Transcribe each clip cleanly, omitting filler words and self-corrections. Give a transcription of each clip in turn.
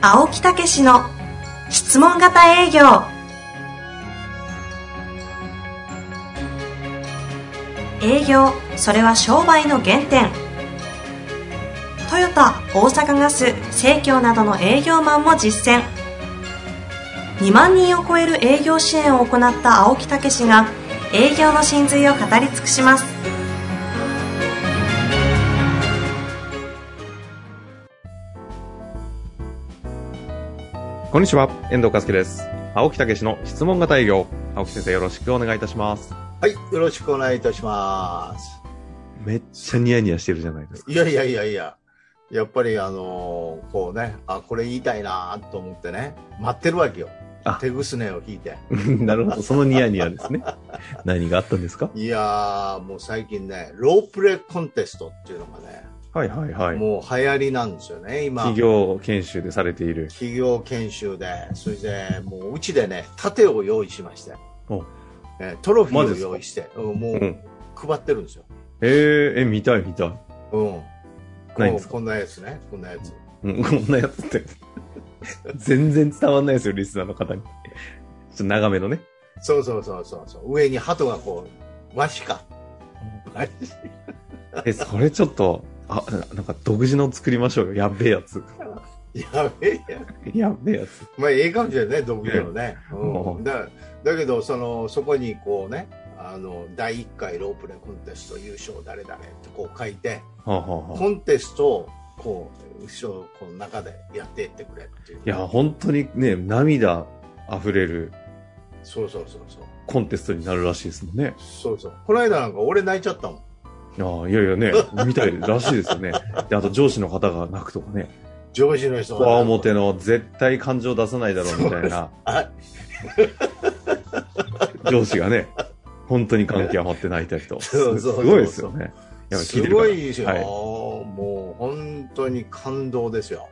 青木武の質問型営業。営業、それは商売の原点。トヨタ、大阪ガス、生協などの営業マンも実践。2万人を超える営業支援を行った青木武が営業の真髄を語り尽くします。 こんにちは、遠藤和樹です。青木武の質問型営業。青木先生、よろしくお願いいたします。 はい、よろしくお願いいたします。 めっちゃニヤニヤしてるじゃないですか。 いや、やっぱりこうね、これ言いたいなと思ってね、待ってるわけよ。手ぐすねを引いて。 なるほど、そのニヤニヤですね。何があったんですか？ いやー、もう最近ね、ロープレコンテストっていうのがね、 はいはいはい。 もう流行りなんですよね、今。 企業研修でされている。 企業研修で、それで、もううちでね、盾を用意しまして、トロフィーを用意して、もう配ってるんですよ。 見たい。 こんなやつね、こんなやつ。 こんなやつって。全然伝わんないですよ、リスナーの方に。ちょっと長めのね。 そう。上に鳩がこう、ワシか。 それちょっと、なんか独自の作りましょうよ。やっべえやつ。 やべえやつ。まあ、ええかもしれないね、独自のね。だけど、そこにこうね、第1回ロープレコンテスト優勝誰々ってこう書いて、コンテストをこう、後ろこの中でやっていってくれっていう。 いや、本当にね、涙溢れる。 そう。 コンテストになるらしいですもんね。 そう。この間なんか俺泣いちゃったもん。 いやね、みたいらしいですよね。で、あと上司の方が泣くとかね。 上司の人が。 こわ表の絶対感情出さないだろうみたいな。上司がね、本当に感極まって泣いた人。すごいですよね。 すごいですよ。もう本当に感動ですよ。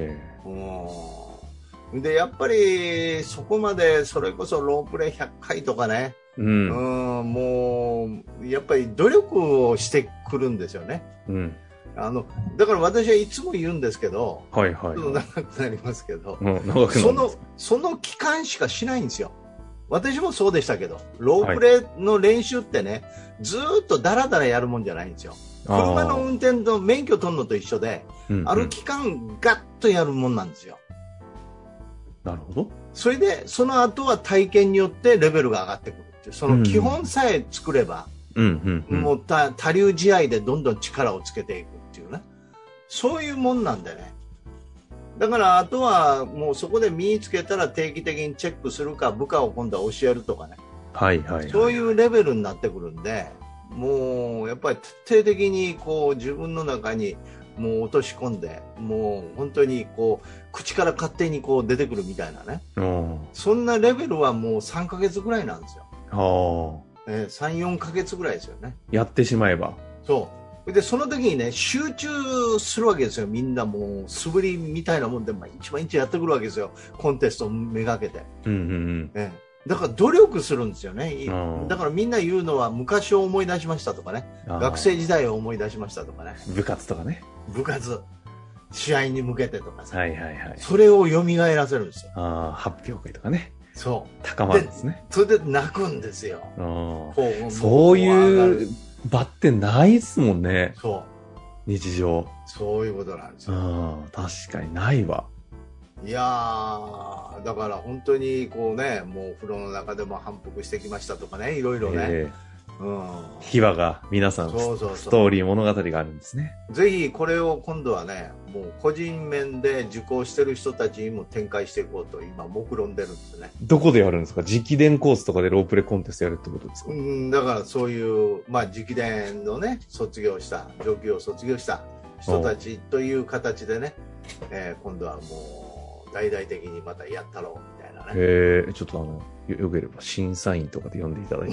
で、やっぱりそこまでそれこそロープレ100回とかね、もうやっぱり努力をしてくるんですよね。だから私はいつも言うんですけど、ちょっと長くなりますけど、その期間しかしないんですよ。私もそうでしたけど、ロープレの練習ってね、ずーっとダラダラやるもんじゃないんですよ。車の運転と免許取るのと一緒で、ある期間ガッとやるもんなんですよ。 なるほど。 それで、その後は体験によってレベルが上がってくるっていう、その基本さえ作れば、もう多流試合でどんどん力をつけていくっていうね、そういうもんなんでね。だからあとはもうそこで身につけたら定期的にチェックするか、部下を今度は教えるとかね、そういうレベルになってくるんで、もうやっぱり徹底的にこう自分の中にもう落とし込んで、もう本当にこう口から勝手にこう出てくるみたいなね、そんなレベルはもう3ヶ月ぐらいなんですよ。3、4ヶ月ぐらいですよね。 やってしまえば。 でその時にね、集中するわけですよ。みんなもう素振りみたいなもんで毎日やってくるわけですよ。コンテストをめがけて。だから努力するんですよね。だからみんな言うのは昔を思い出しましたとかね、学生時代を思い出しましたとかね、 部活とかね、 試合に向けてとかさ、 それを蘇らせるんですよ。 発表会とかね、 高まるんですね。 それで泣くんですよ。 そういう場ってないっすもんね。日常。 そういうことなんですよ。 確かにないわ。 いやー、だから本当にこうね、もう風呂の中でも反復してきましたとかね、いろいろね。 秘話が皆さんストーリー物語があるんですね。 ぜひこれを今度はね、もう個人面で受講してる人たちにも展開していこうと今目論んでるんですね。 どこでやるんですか？直伝コースとかでロープレコンテストやるってことですか？ だからそういう直伝のね、上級を卒業した人たちという形でね、今度はもう大々的にまたやったろうみたいなね。 ちょっとよければ審査員とかで呼んでいただいて。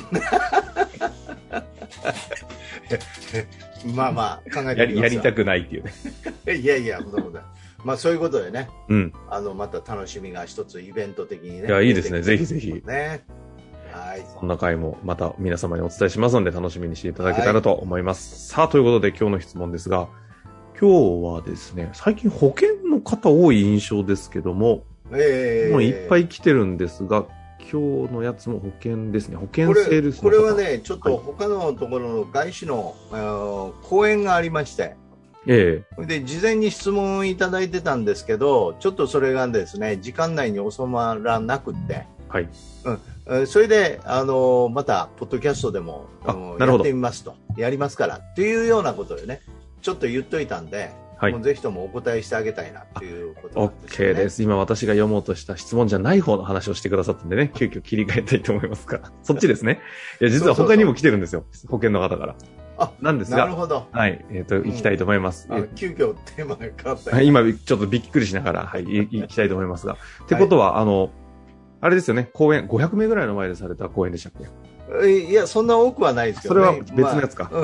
まあ考えてみます。 やりたくないっていうね。 いや、まあそういうことでね、また楽しみが一つイベント的にね。 いや、いいですね。ぜひぜひ。 ね。 そんな回もまた皆様にお伝えしますので楽しみにしていただけたらと思います。さあ、ということで今日の質問ですが、 今日はですね、最近保険の方多い印象ですけども、もういっぱい来てるんですが、今日のやつも保険ですね。保険セールスの方。 これはね、ちょっと他のところの外資の、講演がありまして、で事前に質問いただいてたんですけど、ちょっとそれがですね、時間内に収まらなくって、はい、それでまたポッドキャストでもやってみますと、やりますからというようなことでね、ちょっと言っといたんで、はい、もうぜひともお答えしてあげたいなということなんですね。 OK です。今私が読もうとした質問じゃない方の話をしてくださったんでね、急遽切り替えたいと思いますが、そっちですね。いや実は他にも来てるんですよ、保険の方から。なんですが、なるほど。はい、行きたいと思います。 急遽テーマが変わった。 今ちょっとびっくりしながら、はい、行きたいと思いますが。ってことは、あれですよね、講演500名ぐらいの前でされた講演でしたっけ？ いや、そんな多くはないですけどね。 それは別のやつか。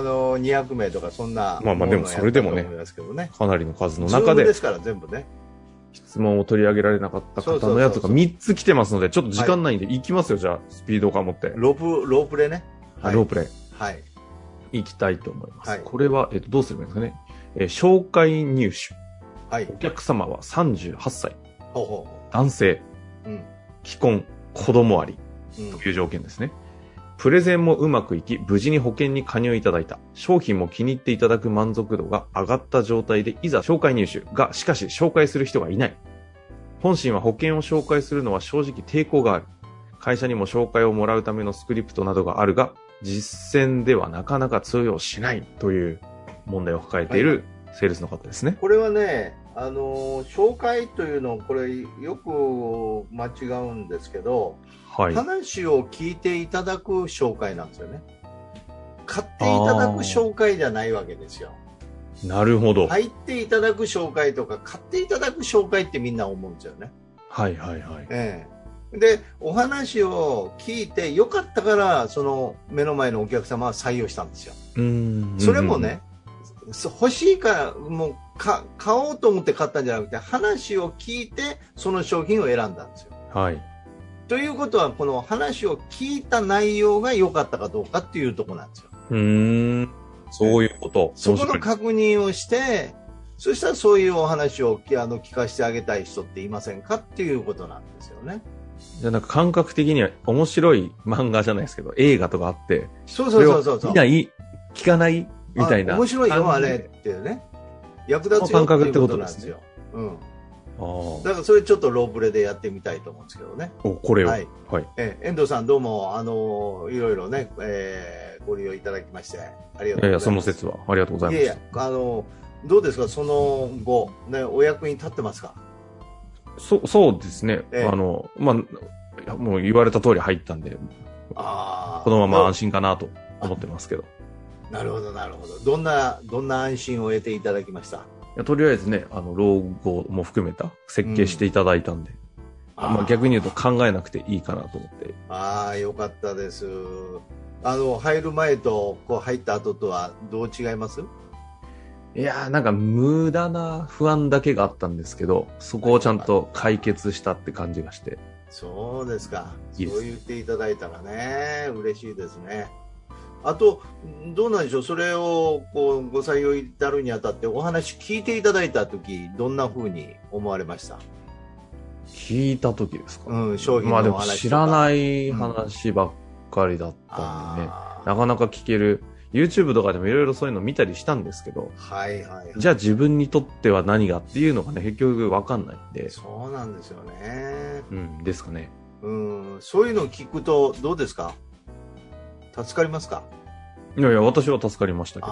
200名とかそんな。 まあでもそれでもね、かなりの数の中で。 ですから全部ね。 質問を取り上げられなかった方のやつが3つ来てますので、ちょっと時間ないんで行きますよ、じゃあ、スピード感持って。 ロープレね。 ロープレ。 はい。 行きたいと思います。これは、どうすればいいんですかね。紹介入手。はい。お客様は38歳。男性。既婚、子供あり。という条件ですね。プレゼンもうまくいき、無事に保険に加入いただいた。商品も気に入っていただく満足度が上がった状態で、いざ紹介入手が、しかし紹介する人がいない。本心は保険を紹介するのは正直抵抗がある。会社にも紹介をもらうためのスクリプトなどがあるが、実践ではなかなか通用しないという問題を抱えているセールスの方ですね。 これはね、紹介というのをこれよく間違うんですけど、はい、話を聞いていただく紹介なんですよね。買っていただく紹介じゃないわけですよ。 なるほど。 入っていただく紹介とか買っていただく紹介ってみんな思うんですよね。 はいはいはい。 で、お話を聞いてよかったから、その目の前のお客様は採用したんですよ。それもね、欲しいからもう買おうと思って買ったんじゃなくて、話を聞いてその商品を選んだんですよ。はい。ということは、この話を聞いた内容が良かったかどうかっていうところなんですよ。 そういうこと。 そこの確認をして、そしたらそういうお話を聞かせてあげたい人っていませんかっていうことなんですよね。 じゃあなんか感覚的には面白い漫画じゃないですけど、映画とかあって、 そう。 見ない、聞かないみたいな。 面白いよ、あれっていうね。役立つよっていうことなんですよ。だからそれちょっとロープレでやってみたいと思うんですけどね。 これを。はい。 遠藤さんどうも、いろいろね、ご利用いただきまして、ありがとうございます。いや、 その説はありがとうございます。 どうですか、その後、ね、お役に立ってますか？ そうですね。もう言われた通り入ったんで、このまま安心かなと思ってますけど。 なるほど。どんな安心を得ていただきました？ とりあえずね、老後も含めた設計していただいたんで、逆に言うと考えなくていいかなと思って。 よかったです。入る前と入った後とはどう違います？ いやなんか無駄な不安だけがあったんですけど、そこをちゃんと解決したって感じがして。 そうですか。そう言っていただいたらね、嬉しいですね。あと、どうなんでしょう、それをご採用至るにあたってお話聞いていただいたとき、どんな風に思われました？ 聞いたときですか？ 商品の話とか。 でも知らない話ばっかりだったんでね、なかなか聞ける。YouTube とかでもいろいろそういうの見たりしたんですけど、じゃあ自分にとっては何がっていうのがね、結局わかんないんで。 そうなんですよね。 ですかね。 そういうのを聞くとどうですか？助かりますか？ いや私は助かりましたけど。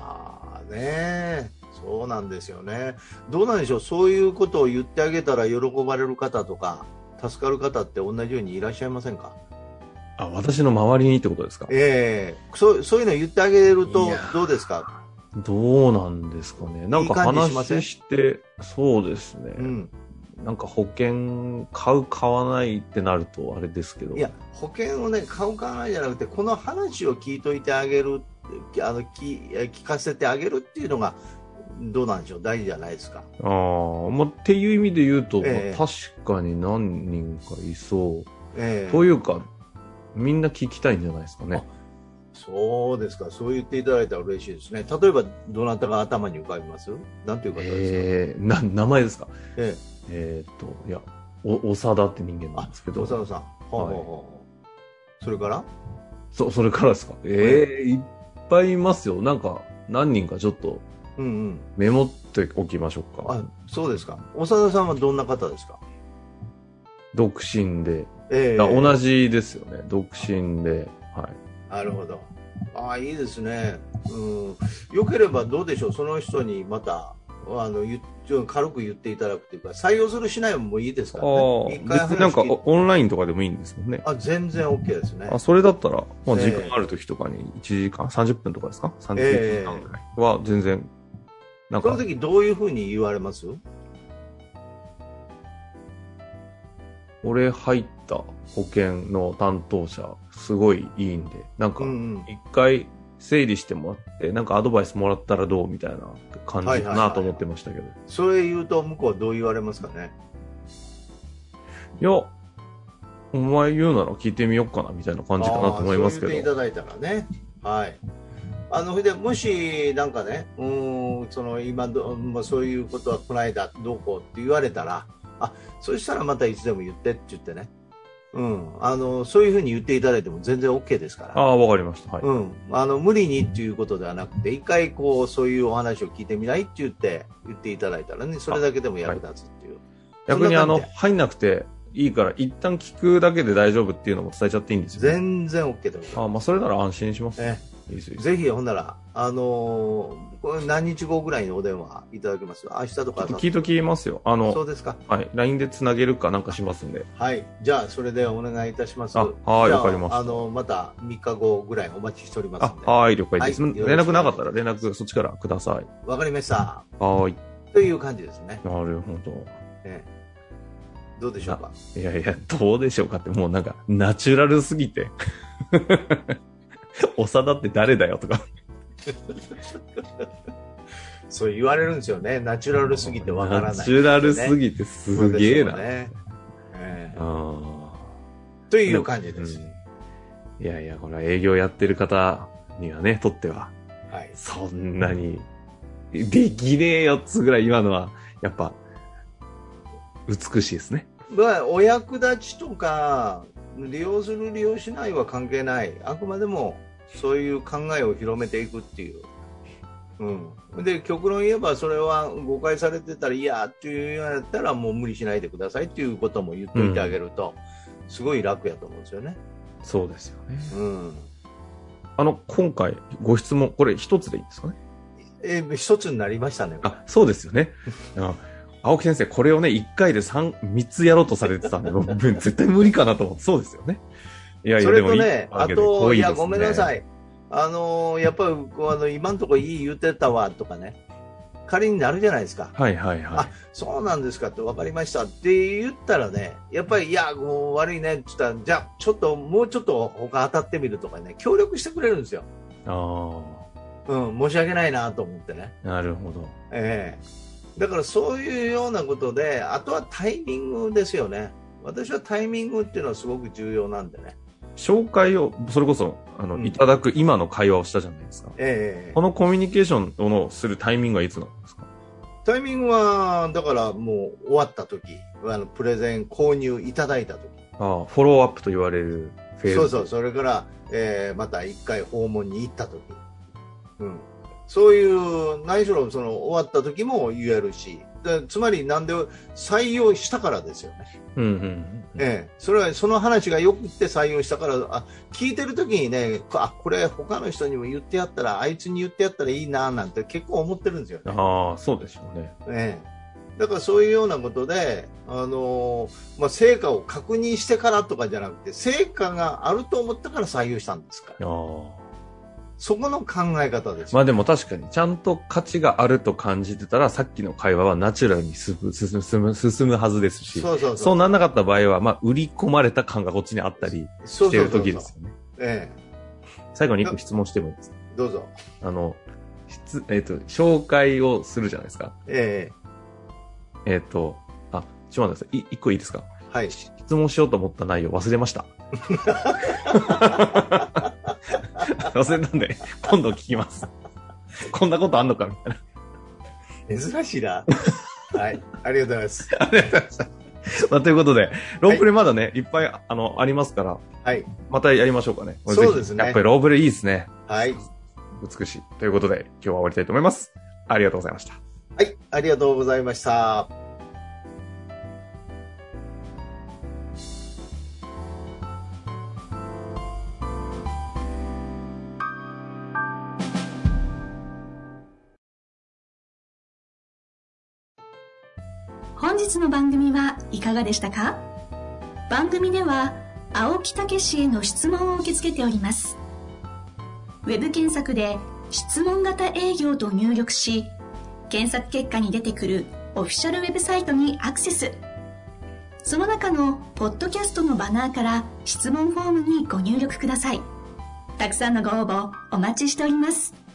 そうなんですよね。どうなんでしょう、そういうことを言ってあげたら喜ばれる方とか助かる方って同じようにいらっしゃいませんか？ 私の周りにってことですか？ そういうの言ってあげるとどうですか？ どうなんですかね。なんか話して、そうですね。なんか保険買う買わないってなるとあれですけど。 いや、保険をね、買う買わないじゃなくて、この話を聞いといてあげる、聞かせてあげるっていうのがどうなんでしょう、大事じゃないですか。 っていう意味で言うと、確かに何人かいそう。というか、みんな聞きたいんじゃないですかね。 そうですか。そう言っていただいたら嬉しいですね。例えば、どなたが頭に浮かびます？なんていう方ですか？ 名前ですか？いや、長田って人間なんですけど。 長田さん。それからそれからですか？いっぱいいますよ。なんか、何人かちょっと、メモっておきましょうか。 そうですか。長田さんはどんな方ですか？ 独身で。同じですよね。独身で。はい。 なるほど。いいですね。よければどうでしょう。その人にまた、軽く言っていただくというか、採用するしないもいいですからね。 別になんかオンラインとかでもいいんですもんね。 全然 OK ですね。 それだったら、まあ時間ある時とかに1時間、30分とかですか？ 30分ぐらいは全然、 なんか。その時どういうふうに言われます？ 俺入った保険の担当者すごいいいんで、なんか一回整理してもらって、なんかアドバイスもらったらどうみたいな感じかなと思ってましたけど。 それ言うと向こうはどう言われますかね？ いや、お前言うなら聞いてみようかなみたいな感じかなと思いますけど。 そう言っていただいたらね。はい。でもしなんかね、今そういうことはこの間どうこうって言われたら、そしたらまたいつでも言ってって言ってね。そういうふうに言っていただいても全然 OK ですから。 わかりました。はい。 無理にっていうことではなくて、一回そういうお話を聞いてみないって言っていただいたらね、それだけでも役立つっていう。 逆に入んなくていいから、一旦聞くだけで大丈夫っていうのも伝えちゃっていいんですよ、ね。 全然 OK でございます。 それなら安心します。 ぜひ、ほんなら、これ何日後ぐらいにお電話いただけます？明日とか。 聞いときますよ。 そうですか。 はい。LINE でつなげるかなんかしますんで。 はい。じゃあ、それでお願いいたします。 はい、わかりました。 また3日後ぐらいお待ちしておりますんで。 はい、了解です。連絡なかったら連絡そっちからください。 わかりました。 はい。 という感じですね。 なるほど。 どうでしょうか？ いや、どうでしょうかって、もうなんか、ナチュラルすぎて。長田って誰だよとか。 そう言われるんですよね。ナチュラルすぎてわからない、 ナチュラルすぎてすげえな。 という感じです。 いや、これは営業やってる方にはね、とっては、そんなに、できねえ4つぐらい今のは、やっぱ、美しいですね。 お役立ちとか、利用する利用しないは関係ない。あくまでもそういう考えを広めていくっていう。で、極論言えばそれは誤解されてたら嫌っていうようやったらもう無理しないでくださいっていうことも言っておいてあげると、すごい楽やと思うんですよね。 そうですよね。今回ご質問、これ一つでいいんですかね？ 一つになりましたね。 そうですよね。青木先生、これをね、1回で3つやろうとされてたんで、絶対無理かなと思って、そうですよね。いや、 それとね、あと、ごめんなさい。やっぱり、今のところいい言ってたわ、とかね。仮になるじゃないですか。そうなんですかって分かりましたって言ったらね、やっぱり、もう悪いねって言ったら、じゃあ、もうちょっと他当たってみるとかね、協力してくれるんですよ。申し訳ないなと思ってね。 なるほど。 だからそういうようなことで、あとはタイミングですよね。私はタイミングっていうのはすごく重要なんでね。 紹介を、それこそ、いただく今の会話をしたじゃないですか。このコミュニケーションをするタイミングはいつなんですか？ タイミングは、だからもう終わった時、プレゼン購入いただいた時。 フォローアップと言われるフェーズ。 それから、また一回訪問に行った時。そういう、何しろ終わった時も言えるし、つまりなんで採用したからですよね。それはその話がよくって採用したから、聞いてる時にね、これ他の人にも言ってやったら、あいつに言ってやったらいいななんて結構思ってるんですよね。 そうでしょうね。 だからそういうようなことで、成果を確認してからとかじゃなくて、成果があると思ったから採用したんですから。そこの考え方です。 でも確かに、ちゃんと価値があると感じてたら、さっきの会話はナチュラルに進むはずですし、そうなんなかった場合は、売り込まれた感がこっちにあったりしてる時ですよね。最後に一個質問してもいいですか？ どうぞ。 紹介をするじゃないですか。ちょっと待ってください。一個いいですか？ はい。 質問しようと思った内容忘れました。 忘れたんで、今度聞きます。こんなことあんのかみたいな。珍しいな。はい。ありがとうございます。 ありがとうございました。まあ、ということで、ロープレまだね、いっぱい、ありますから、 はい。 またやりましょうかね。 そうですね。 やっぱりロープレいいですね。 はい。 美しい。ということで、今日は終わりたいと思います。ありがとうございました。 はい。ありがとうございました。 本日の番組はいかがでしたか？番組では青木武氏への質問を受け付けております。ウェブ検索で質問型営業と入力し、検索結果に出てくるオフィシャルウェブサイトにアクセス。その中のポッドキャストのバナーから質問フォームにご入力ください。たくさんのご応募お待ちしております。